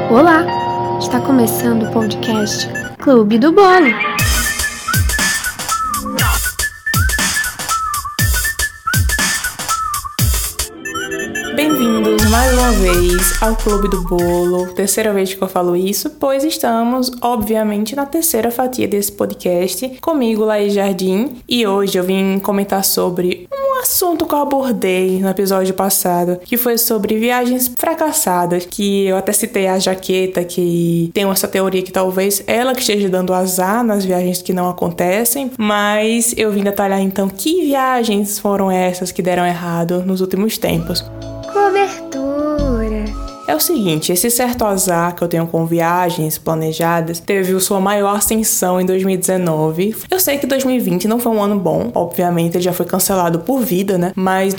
Olá! Está começando o podcast Clube do Bolo. Bem-vindos mais uma vez ao Clube do Bolo, terceira vez que eu falo isso, pois estamos, obviamente, na terceira fatia desse podcast, comigo, Laís Jardim, e hoje eu vim comentar sobre um assunto que eu abordei no episódio passado, que foi sobre viagens fracassadas, que eu até citei a Jaqueta, que tem essa teoria que talvez ela que esteja dando azar nas viagens que não acontecem, mas eu vim detalhar então que viagens foram essas que deram errado nos últimos tempos. Cobertura. É o seguinte, esse certo azar que eu tenho com viagens planejadas teve sua maior ascensão em 2019. Eu sei que 2020 não foi um ano bom, obviamente ele já foi cancelado por vida, né? Mas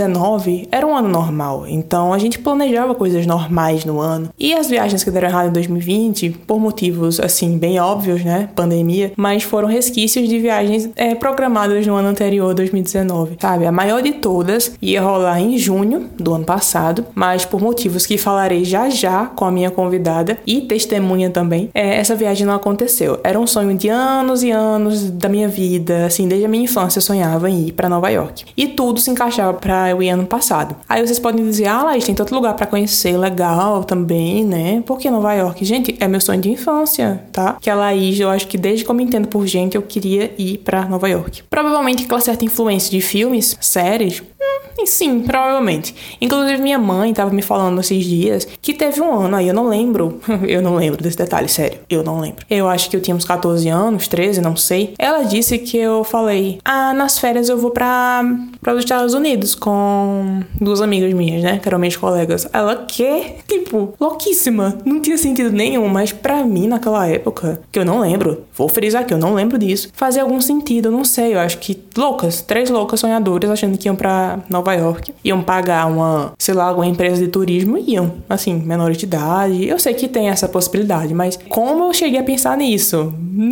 2019 era um ano normal, então a gente planejava coisas normais no ano. E as viagens que deram errado em 2020, por motivos, assim, bem óbvios, né? Pandemia, mas foram resquícios de viagens programadas no ano anterior, 2019, sabe? A maior de todas ia rolar em junho do ano passado, mas por motivos que falarei já com a minha convidada e testemunha também, essa viagem não aconteceu. Era um sonho de anos e anos da minha vida, assim, desde a minha infância eu sonhava em ir pra Nova York. E tudo se encaixava pra eu ir ano passado. Aí vocês podem dizer, Laís, tem tanto lugar pra conhecer, legal também, né? Por que Nova York? Gente, é meu sonho de infância, tá? Que a Laís, eu acho que desde que eu me entendo por gente, eu queria ir pra Nova York. Provavelmente aquela certa influência de filmes, séries, sim, provavelmente. Inclusive minha mãe tava me falando esses dias que teve um ano aí, eu não lembro desse detalhe, sério, eu não lembro. Eu acho que eu tinha uns 14 anos, 13, não sei. Ela disse que eu falei, nas férias eu vou para os Estados Unidos com duas amigas minhas, né, que eram minhas colegas. Ela, quê? Tipo, louquíssima, não tinha sentido nenhum, mas pra mim naquela época, que eu não lembro, vou frisar que eu não lembro disso, fazia algum sentido, eu não sei, eu acho que três loucas sonhadoras achando que iam pra Nova York, iam pagar alguma empresa de turismo e iam, assim, menores de idade. Eu sei que tem essa possibilidade, mas como eu cheguei a pensar nisso?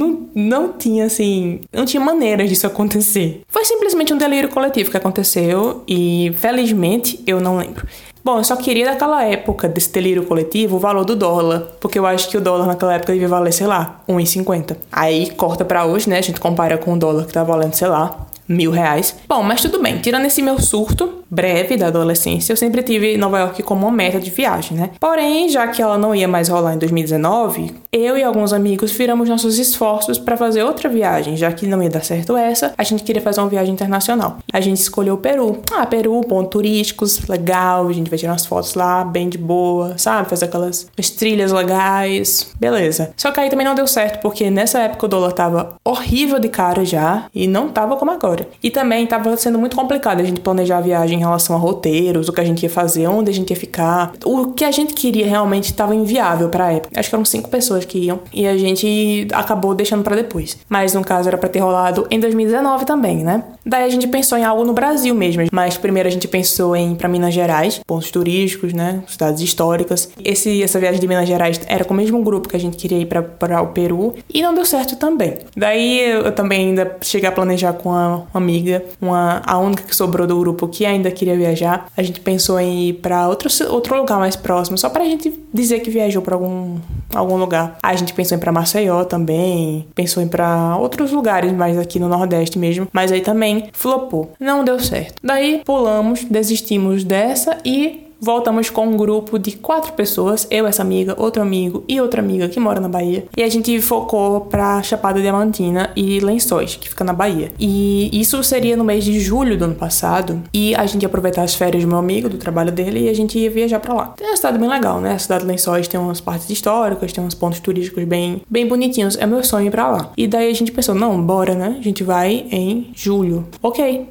Não tinha, assim, não tinha maneiras disso acontecer. Foi simplesmente um delírio coletivo que aconteceu e, felizmente, eu não lembro. Bom, eu só queria daquela época, desse delírio coletivo, o valor do dólar, porque eu acho que o dólar naquela época devia valer, sei lá, R$1,50. Aí corta pra hoje, né, a gente compara com o dólar que tá valendo, sei lá, R$1.000. Bom, mas tudo bem. Tirando esse meu surto breve da adolescência, eu sempre tive Nova York como uma meta de viagem, né? Porém, já que ela não ia mais rolar em 2019, eu e alguns amigos viramos nossos esforços para fazer outra viagem. Já que não ia dar certo essa, a gente queria fazer uma viagem internacional. A gente escolheu o Peru. Peru, pontos turísticos, legal. A gente vai tirar umas fotos lá, bem de boa, sabe? Fazer aquelas trilhas legais. Beleza. Só que aí também não deu certo, porque nessa época o dólar tava horrível de cara já e não tava como agora. E também estava sendo muito complicado a gente planejar a viagem em relação a roteiros, o que a gente ia fazer, onde a gente ia ficar. O que a gente queria realmente estava inviável para a época. Acho que eram 5 pessoas que iam e a gente acabou deixando para depois. Mas no caso era para ter rolado em 2019 também, né? Daí a gente pensou em algo no Brasil mesmo. Mas primeiro a gente pensou em ir para Minas Gerais, pontos turísticos, né? Cidades históricas. Essa viagem de Minas Gerais era com o mesmo grupo que a gente queria ir para o Peru e não deu certo também. Daí eu também ainda cheguei a planejar com uma amiga, a única que sobrou do grupo que ainda queria viajar. A gente pensou em ir pra outro lugar mais próximo, só pra gente dizer que viajou pra algum lugar. A gente pensou em ir pra Maceió também, pensou em ir pra outros lugares mais aqui no Nordeste mesmo, mas aí também flopou, não deu certo. Daí pulamos, desistimos dessa e voltamos com um grupo de 4 pessoas, eu, essa amiga, outro amigo e outra amiga que mora na Bahia. E a gente focou pra Chapada Diamantina e Lençóis, que fica na Bahia. E isso seria no mês de julho do ano passado. E a gente ia aproveitar as férias do meu amigo, do trabalho dele, e a gente ia viajar pra lá. É uma cidade bem legal, né? A cidade de Lençóis tem umas partes históricas, tem uns pontos turísticos bem bonitinhos. É meu sonho ir pra lá. E daí a gente pensou, não, bora, né? A gente vai em julho. Ok.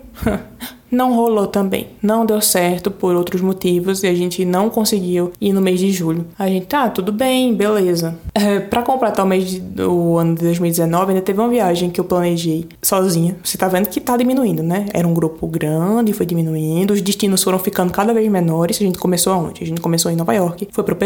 Não rolou também. Não deu certo por outros motivos e a gente não conseguiu ir no mês de julho. A gente, tudo bem, beleza. Pra completar o ano de 2019, ainda teve uma viagem que eu planejei sozinha. Você tá vendo que tá diminuindo, né? Era um grupo grande, foi diminuindo. Os destinos foram ficando cada vez menores. A gente começou aonde? A gente começou em Nova York, foi pro Peru.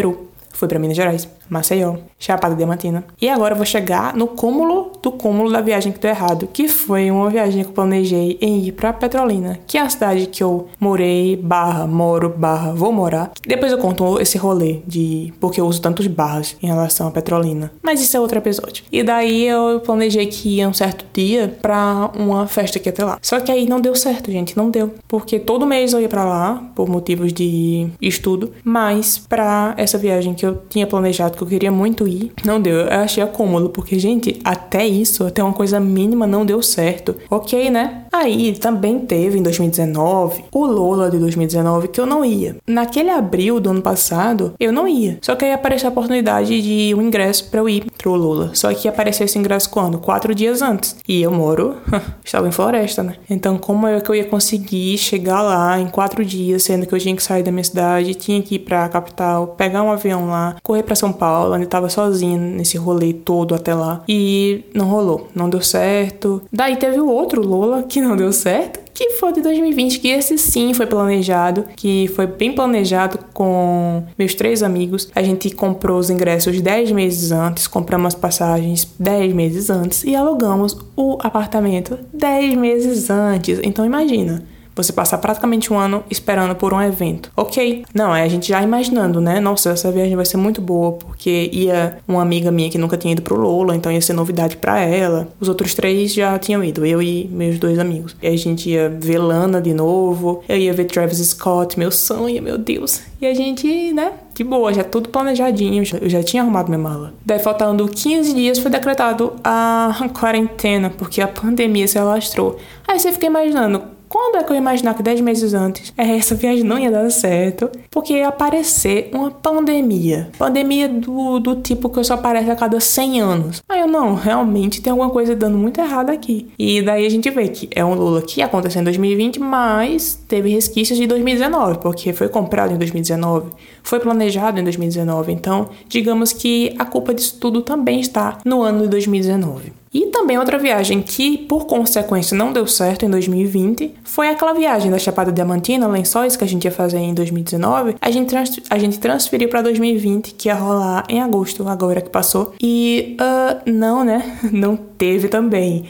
Fui pra Minas Gerais, Maceió, Chapada Diamantina. E agora eu vou chegar no cúmulo do cúmulo da viagem que deu errado, que foi uma viagem que eu planejei em ir pra Petrolina, que é a cidade que eu morei, moro, vou morar. Depois eu conto esse rolê de porque eu uso tantos barras em relação a Petrolina. Mas isso é outro episódio. E daí eu planejei que ia um certo dia pra uma festa que ia ter lá. Só que aí não deu certo, gente, não deu. Porque todo mês eu ia pra lá, por motivos de estudo, mas pra essa viagem que eu tinha planejado, que eu queria muito ir, não deu. Eu achei acômodo, porque, gente, até uma coisa mínima não deu certo. Ok, né? Aí também teve em 2019 o Lola de 2019 que eu não ia. Naquele abril do ano passado, eu não ia. Só que aí apareceu a oportunidade de um ingresso pra eu ir pro Lola. Só que apareceu esse ingresso quando? 4 dias antes. E eu moro, estava em Floresta, né? Então como é que eu ia conseguir chegar lá em 4 dias, sendo que eu tinha que sair da minha cidade, tinha que ir pra capital, pegar um avião lá, correr pra São Paulo, onde eu tava sozinha nesse rolê todo até lá. E não rolou, não deu certo. Daí teve o outro Lola que não deu certo, que foi de 2020, que esse sim foi planejado, que foi bem planejado com meus 3 amigos. A gente comprou os ingressos 10 meses antes, compramos as passagens 10 meses antes e alugamos o apartamento 10 meses antes. Então imagina, você passar praticamente um ano esperando por um evento. Ok. Não, é a gente já imaginando, né? Nossa, essa viagem vai ser muito boa, porque ia uma amiga minha que nunca tinha ido pro Lola, então ia ser novidade pra ela. Os outros 3 já tinham ido, eu e meus 2 amigos. E a gente ia ver Lana de novo, eu ia ver Travis Scott, meu sonho, meu Deus. E a gente, né, de boa, já tudo planejadinho, eu já tinha arrumado minha mala. Daí, faltando 15 dias, foi decretado a quarentena, porque a pandemia se alastrou. Aí você fica imaginando, quando é que eu ia imaginar que 10 meses antes essa viagem não ia dar certo? Porque ia aparecer uma pandemia. Pandemia do tipo que só aparece a cada 100 anos. Aí eu, não, realmente tem alguma coisa dando muito errado aqui. E daí a gente vê que é um Lula que aconteceu em 2020, mas teve resquícios de 2019, porque foi comprado em 2019, foi planejado em 2019. Então, digamos que a culpa disso tudo também está no ano de 2019. E também outra viagem que, por consequência, não deu certo em 2020 foi aquela viagem da Chapada Diamantina, Lençóis, que a gente ia fazer em 2019. A gente transferiu para 2020, que ia rolar em agosto, agora que passou. E, não, né? Não teve também.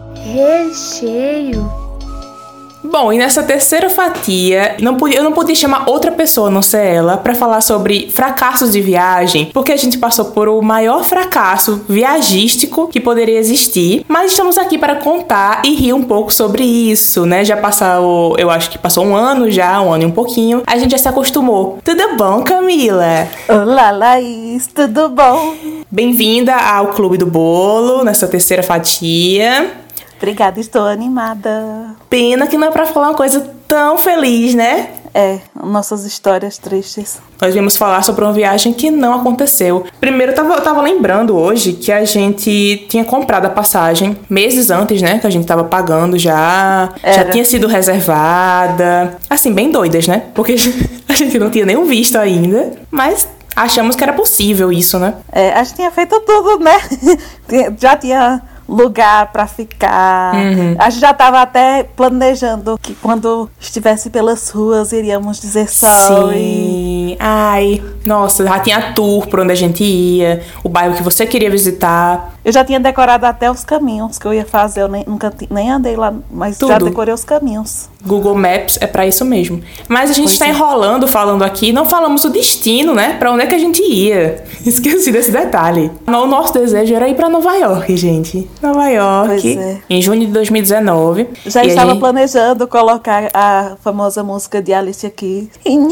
Recheio. Bom, e nessa terceira fatia, eu não podia chamar outra pessoa, a não ser ela, pra falar sobre fracassos de viagem, porque a gente passou por o maior fracasso viagístico que poderia existir, mas estamos aqui para contar e rir um pouco sobre isso, né? Já passou, eu acho que passou um ano e um pouquinho, a gente já se acostumou. Tudo bom, Camila? Olá, Laís, tudo bom? Bem-vinda ao Clube do Bolo, nessa terceira fatia. Obrigada, estou animada. Pena que não é pra falar uma coisa tão feliz, né? É, nossas histórias tristes. Nós viemos falar sobre uma viagem que não aconteceu. Primeiro, eu tava lembrando hoje que a gente tinha comprado a passagem meses antes, né? Que a gente tava pagando já. Já tinha sido reservada. Assim, bem doidas, né? Porque a gente não tinha nenhum visto ainda. Mas achamos que era possível isso, né? É, a gente tinha feito tudo, né? Já tinha lugar pra ficar. A gente já tava até planejando que quando estivesse pelas ruas iríamos dizer sorry. Sim. Ai, nossa, já tinha tour por onde a gente ia, o bairro que você queria visitar. Eu já tinha decorado até os caminhos que eu ia fazer. Eu nem andei lá, mas Tudo. Já decorei os caminhos. Google Maps é pra isso mesmo. Mas a gente tá enrolando, falando aqui, não falamos o destino, né? Pra onde é que a gente ia. Esqueci desse detalhe. O nosso desejo era ir pra Nova York, gente. Nova York, em junho de 2019. Já estava planejando colocar a famosa música de Alicia Keys.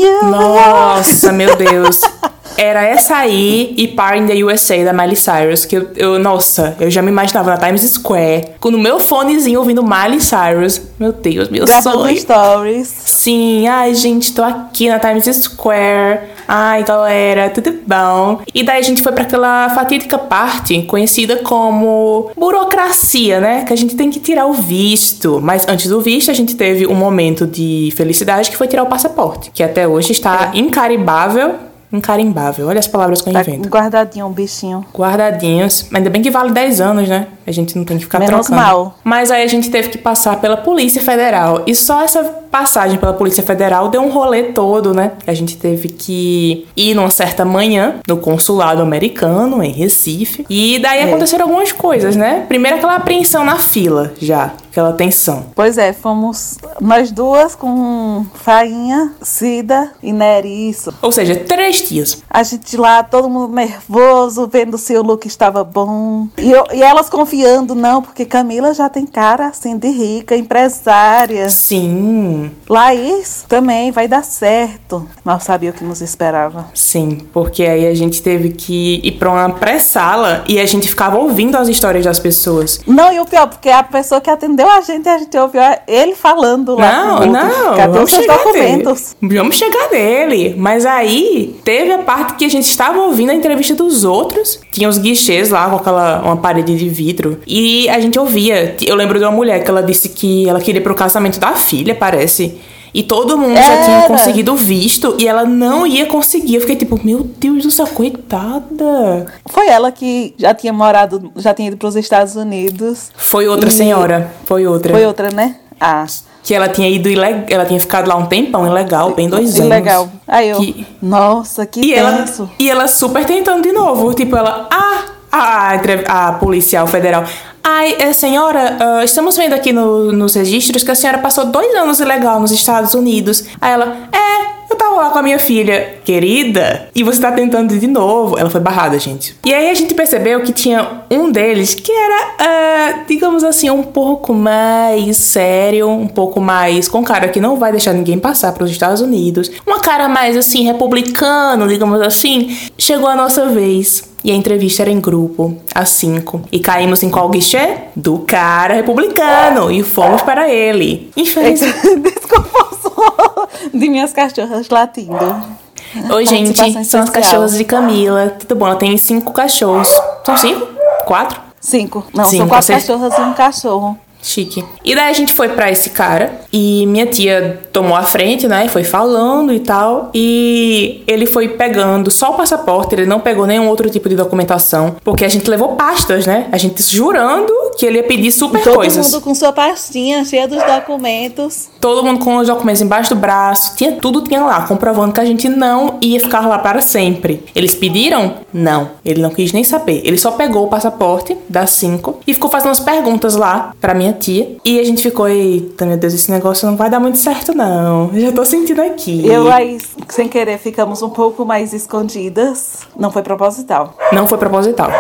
Nossa, meu Deus. Era essa aí e Party in the USA da Miley Cyrus, que eu já me imaginava na Times Square, com o meu fonezinho ouvindo Miley Cyrus. Meu Deus, meu gravando sonho. Stories. Sim, ai gente, tô aqui na Times Square. Ai galera, tudo bom? E daí a gente foi pra aquela fatídica parte conhecida como burocracia, né? Que a gente tem que tirar o visto. Mas antes do visto a gente teve um momento de felicidade que foi tirar o passaporte, que até hoje está incaribável. Incarimbável. Olha as palavras que eu invento. Guardadinho, um bichinho. Guardadinhos. Ainda bem que vale 10 anos, né? A gente não tem que ficar Menos trocando. mal. Mas aí a gente teve que passar pela Polícia Federal. E só essa passagem pela Polícia Federal deu um rolê todo, né? A gente teve que ir numa certa manhã no consulado americano, em Recife. E daí aconteceram algumas coisas, né? Primeiro aquela apreensão na fila, já. Aquela tensão. Pois é, fomos nós duas com Fainha, Cida e Neriço. Ou seja, 3 dias. A gente lá, todo mundo nervoso, vendo se o look estava bom. E elas confiando, não, porque Camila já tem cara assim de rica, empresária. Sim. Laís também vai dar certo. Mal sabia o que nos esperava. Sim, porque aí a gente teve que ir pra uma pré-sala e a gente ficava ouvindo as histórias das pessoas. Não, e o pior, porque a pessoa que atendeu a gente ouviu ele falando lá. Não, cadê vamos os seus chegar documentos? nele. Vamos chegar nele. Mas aí teve a parte que a gente estava ouvindo a entrevista dos outros. Tinha os guichês lá com uma parede de vidro. E a gente ouvia. Eu lembro de uma mulher que ela disse que ela queria ir pro casamento da filha, parece. E todo mundo já tinha conseguido visto e ela não ia conseguir. Eu fiquei tipo, meu Deus do céu, coitada. Foi ela que já tinha ido para os Estados Unidos. Foi outra senhora. Foi outra. Foi outra, né? Ah. Que ela tinha ido ela tinha ficado lá um tempão, ilegal, bem 2 anos. Ilegal. Aí eu, nossa, que tenso. E ela super tentando de novo. Tipo, ela, a policial federal. Ai, senhora, estamos vendo aqui nos registros que a senhora passou 2 anos ilegal nos Estados Unidos. Aí ela, eu tava lá com a minha filha. Querida, e você tá tentando de novo. Ela foi barrada, gente. E aí a gente percebeu que tinha um deles que era, digamos assim, um pouco mais sério, um pouco mais com cara que não vai deixar ninguém passar pros Estados Unidos. Uma cara mais, assim, republicano, digamos assim. Chegou a nossa vez. E a entrevista era em grupo, às 5. E caímos em qual guichê? Do cara republicano. E fomos para ele. Infelizmente. Desculpa, de minhas cachorras latindo. Oi, gente. São as cachorras de Camila. Tudo bom, ela tem 5 cachorros. São 5? 4? 5. Não, são 4 cachorras e um cachorro. Chique. E daí a gente foi pra esse cara e minha tia tomou a frente, né? Foi falando e tal. E ele foi pegando só o passaporte, ele não pegou nenhum outro tipo de documentação. Porque a gente levou pastas, né? A gente jurando que ele ia pedir super coisas. Todo mundo com sua pastinha cheia dos documentos. Todo mundo com os documentos embaixo do braço. Tudo tinha lá, comprovando que a gente não ia ficar lá para sempre. Eles pediram? Não. Ele não quis nem saber. Ele só pegou o passaporte das 5 e ficou fazendo umas perguntas lá pra minha tia. E a gente ficou, eita, meu Deus, esse negócio não vai dar muito certo, não. Eu já tô sentindo aqui. Eu aí, sem querer, ficamos um pouco mais escondidas. Não foi proposital. Não foi proposital.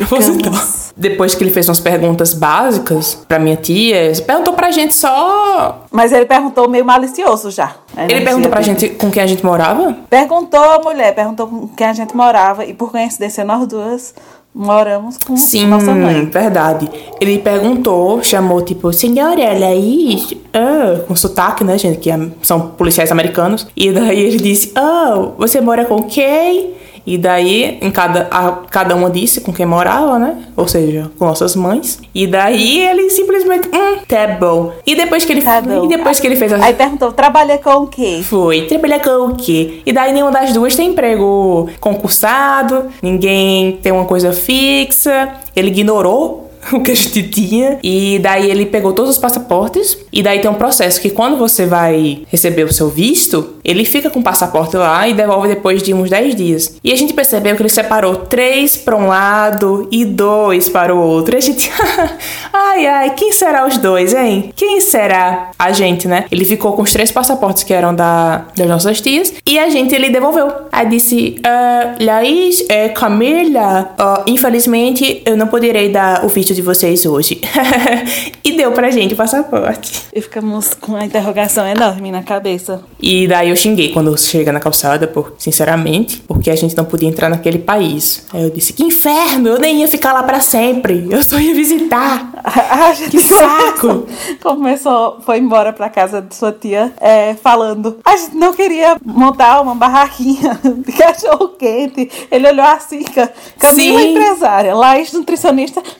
Depois que ele fez umas perguntas básicas pra minha tia, perguntou pra gente só... Mas ele perguntou meio malicioso já. Ele perguntou pra gente com quem a gente morava? Perguntou, mulher, perguntou com quem a gente morava. E por coincidência, nós duas moramos com nossa mãe. Sim, verdade. Ele perguntou, chamou tipo, senhora Laís, com sotaque, né, gente, que são policiais americanos. E daí ele disse, você mora com quem? E daí, cada uma disse com quem morava, né? Ou seja, com nossas mães. E daí ele simplesmente, tá bom. E depois que ele fez Aí perguntou, trabalha com o quê? Foi, trabalha com o quê? E daí nenhuma das duas tem emprego concursado, ninguém tem uma coisa fixa. Ele ignorou o que a gente tinha. E daí ele pegou todos os passaportes. E daí tem um processo que quando você vai receber o seu visto, ele fica com o passaporte lá e devolve depois de uns 10 dias. E a gente percebeu que ele separou 3 para um lado e 2 para o outro. E a gente... ai, quem será os 2, hein? Quem será? A gente, né? Ele ficou com os 3 passaportes que eram das nossas tias. E a gente, ele devolveu. Aí disse... Laís, Camila, infelizmente eu não poderei dar o visto de vocês hoje. E deu pra gente o passaporte. E ficamos com uma interrogação enorme na cabeça. E daí eu xinguei quando chega na calçada, sinceramente, porque a gente não podia entrar naquele país. Aí eu disse, que inferno, eu nem ia ficar lá pra sempre, eu só ia visitar. A gente que saco. Foi embora pra casa de sua tia, falando, a gente não queria montar uma barraquinha de cachorro quente. Ele olhou assim, Camila empresária, Laís nutricionista, vamos montar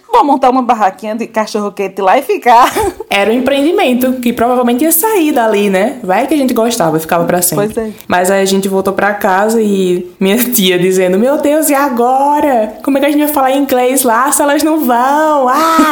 montar uma barraquinha de cachorro-quente lá e ficar. Era um empreendimento que provavelmente ia sair dali, né? Vai que a gente gostava, ficava pra sempre. Pois é. Mas aí a gente voltou pra casa e minha tia dizendo, meu Deus, e agora? Como é que a gente vai falar inglês lá se elas não vão?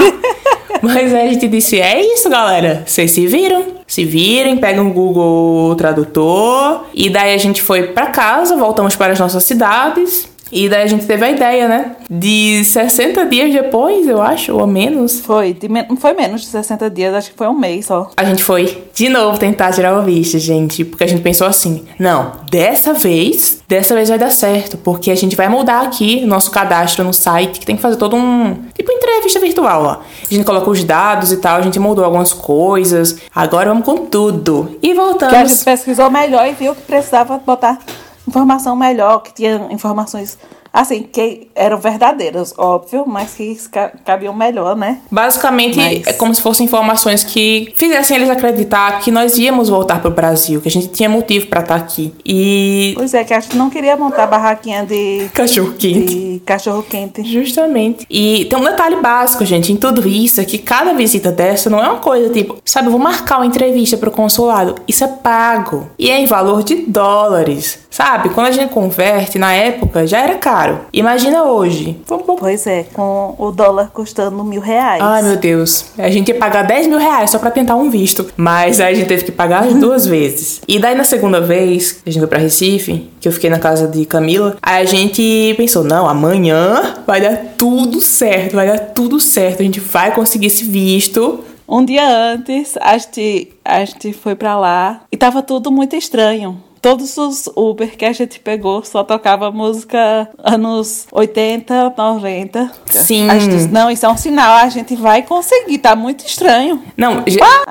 Mas aí a gente disse, é isso, galera. Vocês se viram. Se virem, pegam o Google Tradutor. E daí a gente foi pra casa, voltamos para as nossas cidades. E daí a gente teve a ideia, né? De 60 dias depois, eu acho, ou menos. Foi menos de 60 dias, acho que foi um mês só. A gente foi de novo tentar tirar o visto, gente. Porque a gente pensou assim, não, dessa vez vai dar certo. Porque a gente vai mudar aqui nosso cadastro no site, que tem que fazer todo tipo, entrevista virtual, ó. A gente coloca os dados e tal, a gente mudou algumas coisas. Agora vamos com tudo. E voltamos. Que a gente pesquisou melhor e viu que precisava botar informação melhor, que tinha informações, assim, que eram verdadeiras, óbvio, mas que cabiam melhor, né? Basicamente, é como se fossem informações que fizessem eles acreditar que nós íamos voltar pro Brasil, que a gente tinha motivo pra estar aqui. E... Pois é, que a gente não queria montar barraquinha de... Cachorro-quente. Justamente. E tem um detalhe básico, gente, em tudo isso, é que cada visita dessa não é uma coisa tipo, sabe, eu vou marcar uma entrevista pro consulado. Isso é pago. E é em valor de dólares. Sabe, quando a gente converte, na época, já era caro. Imagina hoje. Pois é, com o dólar custando R$1.000. Ai, meu Deus. A gente ia pagar R$10.000 só pra tentar um visto. Mas aí a gente teve que pagar as 2 vezes. E daí, na segunda vez, que a gente foi pra Recife, que eu fiquei na casa de Camila, aí a gente pensou, não, amanhã vai dar tudo certo. A gente vai conseguir esse visto. Um dia antes, a gente foi pra lá e tava tudo muito estranho. Todos os Uber que a gente pegou só tocava música anos 80, 90. Sim. A gente disse, não, isso é um sinal, a gente vai conseguir, tá muito estranho. Não,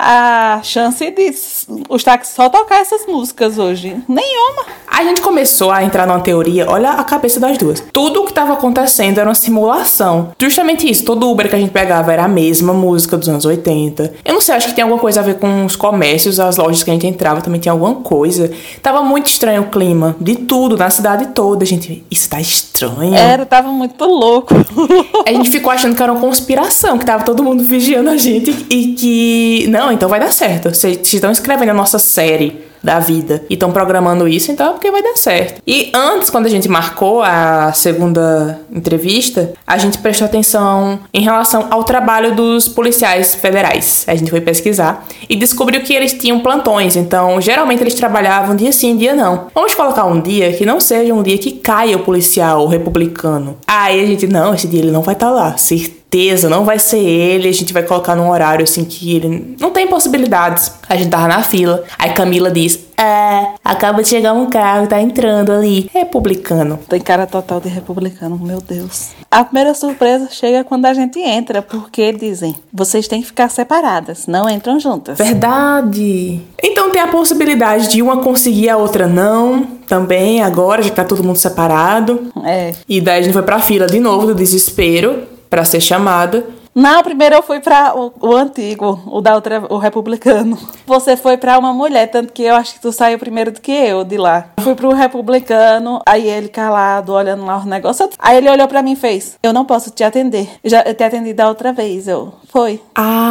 a chance de os táxis só tocar essas músicas hoje, nenhuma. A gente começou a entrar numa teoria, olha a cabeça das duas. Tudo o que estava acontecendo era uma simulação. Justamente isso, todo Uber que a gente pegava era a mesma música dos anos 80. Eu não sei, acho que tem alguma coisa a ver com os comércios, as lojas que a gente entrava também tinha alguma coisa. Tava muito estranho o clima, de tudo, na cidade toda. Gente, isso tá estranho. Tava muito louco. A gente ficou achando que era uma conspiração, que tava todo mundo vigiando a gente e que... Não, então vai dar certo. Vocês estão escrevendo a nossa série da vida e estão programando isso, então é porque vai dar certo. E antes, quando a gente marcou a segunda entrevista, a gente prestou atenção em relação ao trabalho dos policiais federais. A gente foi pesquisar e descobriu que eles tinham plantões, então geralmente eles trabalhavam dia sim, dia não. Vamos colocar um dia que não seja um dia que caia o policial republicano. Aí a gente, não, esse dia ele não vai estar lá, certeza, não vai ser ele, a gente vai colocar num horário assim que ele não tem possibilidades. A gente tava na fila, aí Camila diz, acaba de chegar um carro, tá entrando ali, republicano. Tem cara total de republicano, meu Deus. A primeira surpresa chega quando a gente entra, porque dizem, vocês têm que ficar separadas, não entram juntas. Verdade. Então tem a possibilidade de uma conseguir, a outra não, também agora, já que tá todo mundo separado. E daí a gente foi pra fila de novo, do desespero, pra ser chamada. Não, primeiro eu fui pra o antigo, o republicano. Você foi pra uma mulher, tanto que eu acho que tu saiu primeiro do que eu de lá. Eu fui pro republicano, aí ele calado, olhando lá os negócios. Aí ele olhou pra mim e fez, eu não posso te atender. Eu te atendi da outra vez, foi.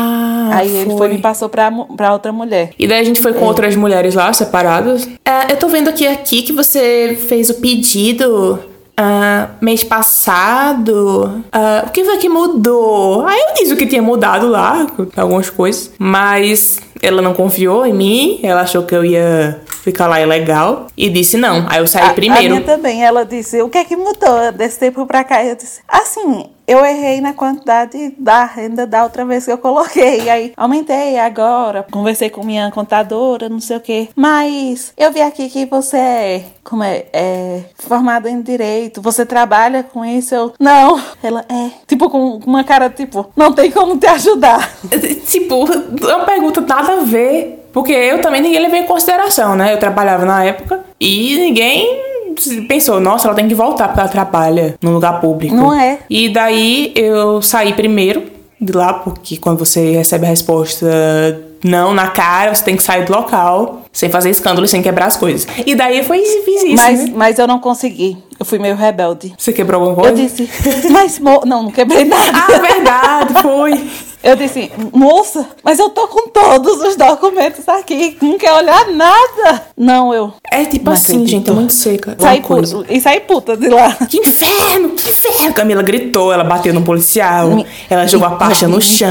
Aí ele foi e me passou pra outra mulher. E daí a gente foi com outras mulheres lá, separadas. Eu tô vendo aqui que você fez o pedido... mês passado, o que foi que mudou? Aí eu disse o que tinha mudado lá, algumas coisas, mas ela não confiou em mim, ela achou que eu ia ficar lá ilegal e disse não. Aí eu saí primeiro. A minha também, ela disse, o que é que mudou desse tempo pra cá? Eu disse, assim, eu errei na quantidade da renda da outra vez que eu coloquei. Aí aumentei agora. Conversei com minha contadora, não sei o quê. Mas eu vi aqui que você é formada em direito. Você trabalha com isso? Eu, não. Ela tipo, com uma cara, tipo, não tem como te ajudar. Tipo, é uma pergunta nada a ver. Porque eu também ninguém levei em consideração, né? Eu trabalhava na época e ninguém pensou, nossa, ela tem que voltar porque ela trabalha no lugar público. Não é. E daí eu saí primeiro de lá, porque quando você recebe a resposta não, na cara, você tem que sair do local, sem fazer escândalo e sem quebrar as coisas. E daí foi isso, fiz isso. Mas eu não consegui. Eu fui meio rebelde. Você quebrou alguma coisa? Eu disse, não quebrei nada. Ah, verdade, foi. Eu disse, moça, mas eu tô com todos os documentos aqui, não quer olhar nada. Não, eu... É tipo não assim, acredito. gente, é muito seca. Saí puta de lá. Que inferno, que inferno. Camila gritou, ela bateu no policial, ela jogou a pasta no chão.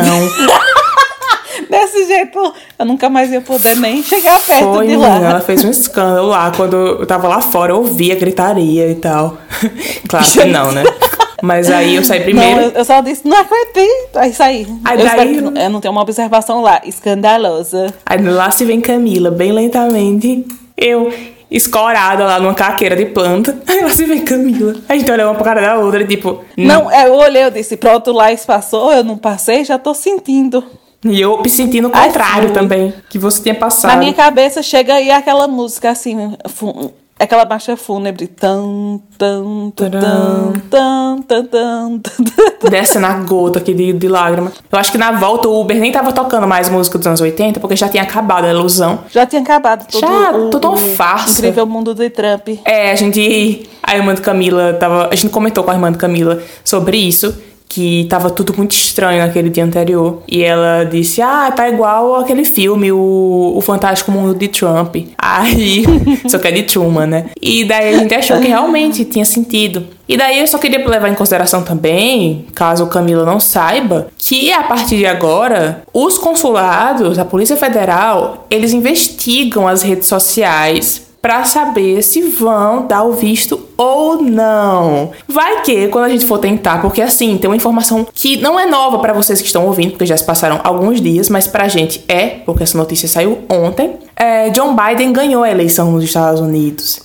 Desse jeito, eu nunca mais ia poder nem chegar perto Foi, de lá. Ela fez um escândalo lá. Quando eu tava lá fora, eu ouvia gritaria e tal. Claro que não, né? Mas aí eu saí primeiro. Não, eu só disse, não acredito. Aí saí. Aí eu daí... espero que eu não tenho uma observação lá, escandalosa. Aí lá se vem Camila, bem lentamente. Eu, escorada lá numa caqueira de planta. Aí lá se vem Camila. A gente olhou uma pra cara da outra, tipo... Não, eu olhei, eu disse, pronto, lá passou, eu não passei, já tô sentindo. E eu me senti no contrário também, que você tinha passado. Na minha cabeça chega aí aquela música assim, aquela marcha fúnebre. Tan, tan, tan, tan, tan, tan, tan, tan. Desce na gota aqui de lágrima. Eu acho que na volta o Uber nem tava tocando mais música dos anos 80, porque já tinha acabado a ilusão. Já tinha acabado tudo uma farsa. Incrível mundo de Trump. É, a irmã de Camila a gente comentou com a irmã de Camila sobre isso. Que tava tudo muito estranho naquele dia anterior. E ela disse, tá igual aquele filme, o Fantástico Mundo de Trump. Aí, só que é de Truman, né? E daí a gente achou que realmente tinha sentido. E daí eu só queria levar em consideração também, caso Camila não saiba, que a partir de agora, os consulados, a Polícia Federal, eles investigam as redes sociais pra saber se vão dar o visto ou não. Vai que, quando a gente for tentar, porque assim, tem uma informação que não é nova pra vocês que estão ouvindo, porque já se passaram alguns dias, mas pra gente porque essa notícia saiu ontem. John Biden ganhou a eleição nos Estados Unidos.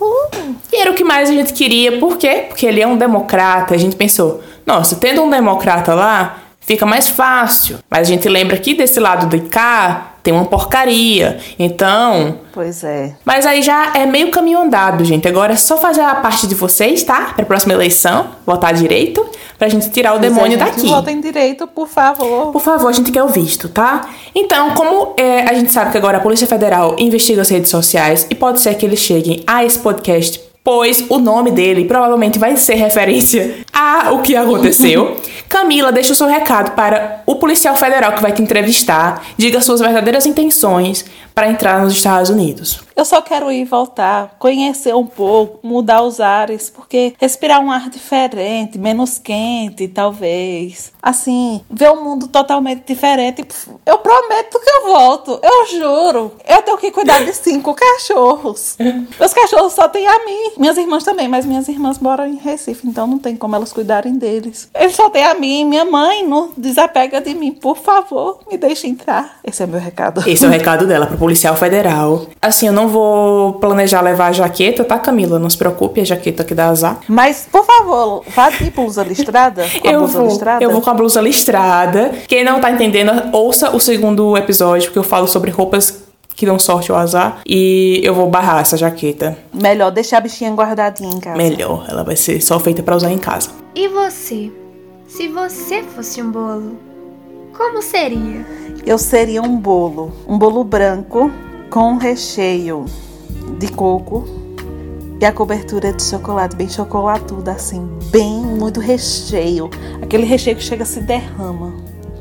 E era o que mais a gente queria. Por quê? Porque ele é um democrata. A gente pensou, nossa, tendo um democrata lá, fica mais fácil. Mas a gente lembra que desse lado de cá tem uma porcaria. Então... Pois é. Mas aí já é meio caminho andado, gente. Agora é só fazer a parte de vocês, tá? Pra próxima eleição, votar direito, pra gente tirar o demônio daqui. Votem direito, por favor. Por favor, a gente quer o visto, tá? Então, como a gente sabe que agora a Polícia Federal investiga as redes sociais e pode ser que eles cheguem a esse podcast, pois o nome dele provavelmente vai ser referência ao que aconteceu. Camila, deixa o seu recado para o policial federal que vai te entrevistar. Diga suas verdadeiras intenções para entrar nos Estados Unidos. Eu só quero ir voltar, conhecer um pouco, mudar os ares, porque respirar um ar diferente, menos quente, talvez. Assim, ver um mundo totalmente diferente. Eu prometo que eu volto, eu juro. Eu tenho que cuidar de 5 cachorros. Meus cachorros só têm a mim. Minhas irmãs também, mas minhas irmãs moram em Recife, então não tem como elas cuidarem deles. Eles só têm a mim. Minha mãe não desapega de mim, por favor, me deixe entrar. Esse é meu recado. Esse é o recado dela pro policial federal. Assim, eu não vou planejar levar a jaqueta, tá, Camila? Não se preocupe, a jaqueta que dá azar. Mas, por favor, vá de blusa listrada? Eu vou com a blusa listrada. Quem não tá entendendo, ouça o segundo episódio, porque eu falo sobre roupas que dão sorte ou azar. E eu vou barrar essa jaqueta. Melhor deixar a bichinha guardadinha em casa. Melhor, ela vai ser só feita pra usar em casa. E você? Se você fosse um bolo, como seria? Eu seria um bolo branco com recheio de coco e a cobertura de chocolate, bem chocolatuda, assim, bem, muito recheio. Aquele recheio que chega a se derrama.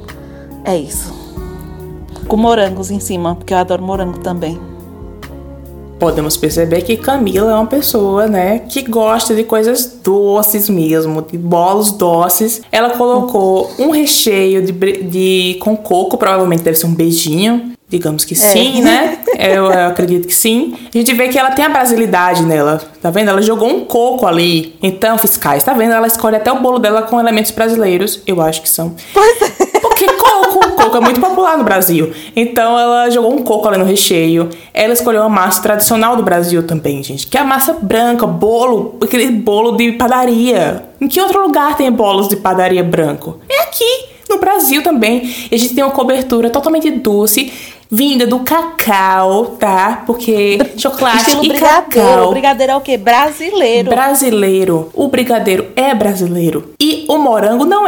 É isso. Com morangos em cima, porque eu adoro morango também. Podemos perceber que Camila é uma pessoa, né, que gosta de coisas doces mesmo, de bolos doces. Ela colocou um recheio com coco, provavelmente deve ser um beijinho. Digamos que sim, né? Eu acredito que sim. A gente vê que ela tem a brasilidade nela. Tá vendo? Ela jogou um coco ali. Então, fiscais, tá vendo? Ela escolhe até o bolo dela com elementos brasileiros. Eu acho que são. Pois é. Porque coco é muito popular no Brasil. Então, ela jogou um coco ali no recheio. Ela escolheu a massa tradicional do Brasil também, gente. Que é a massa branca, bolo, aquele bolo de padaria. Em que outro lugar tem bolos de padaria branco? É aqui, no Brasil também. E a gente tem uma cobertura totalmente doce, vinda do cacau, tá? Porque chocolate estilo e brigadeiro. cacau. O brigadeiro é o quê? Brasileiro. Brasileiro. O brigadeiro é brasileiro. E o morango não é.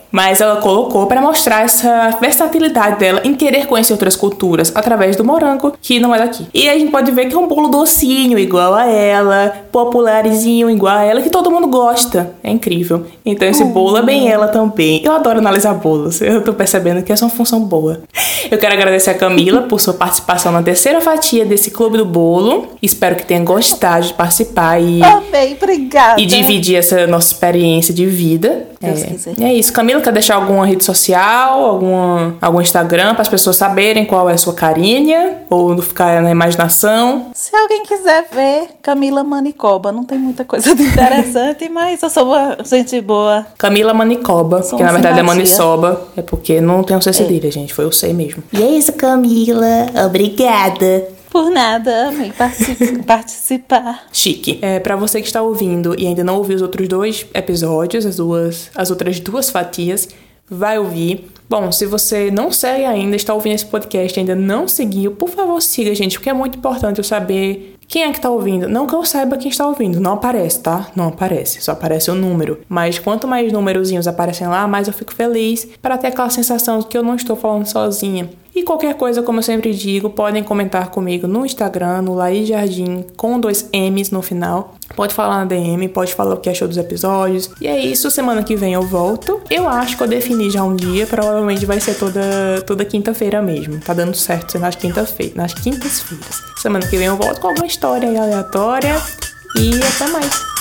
Mas ela colocou para mostrar essa versatilidade dela em querer conhecer outras culturas através do morango, que não é daqui. E a gente pode ver que é um bolo docinho, igual a ela, popularzinho, igual a ela, que todo mundo gosta. É incrível. Então esse bolo é bem ela também. Eu adoro analisar bolos. Eu tô percebendo que essa é uma função boa. Eu quero agradecer a Camila por sua participação na terceira fatia desse Clube do Bolo. Espero que tenha gostado de participar e... Amei, obrigada. E dividir essa nossa experiência de vida. É isso. Camila, quer deixar alguma rede social, algum Instagram para as pessoas saberem qual é a sua carinha? Ou não ficar na imaginação? Se alguém quiser ver, Camila Manicoba. Não tem muita coisa de interessante, mas eu sou uma gente boa. Camila Manicoba, que na verdade é Maniçoba. É porque não tem um C cedilha, gente. Foi o C mesmo. E é isso, Camila. Obrigada. Por nada, amei participar. Chique. Pra você que está ouvindo e ainda não ouviu os outros 2 episódios, as outras 2 fatias, vai ouvir. Bom, se você não segue ainda, está ouvindo esse podcast e ainda não seguiu, por favor siga, gente, porque é muito importante eu saber quem é que tá ouvindo. Não que eu saiba quem está ouvindo, não aparece, tá? Não aparece, só aparece o número. Mas quanto mais númerozinhos aparecem lá, mais eu fico feliz para ter aquela sensação de que eu não estou falando sozinha. E qualquer coisa, como eu sempre digo, podem comentar comigo no Instagram, no Laís Jardim, com 2 M's no final. Pode falar na DM, pode falar o que achou dos episódios. E é isso, semana que vem eu volto. Eu acho que eu defini já um dia, provavelmente vai ser toda quinta-feira mesmo. Tá dando certo ser nas quintas-feiras. Semana que vem eu volto com alguma história aí aleatória. E até mais.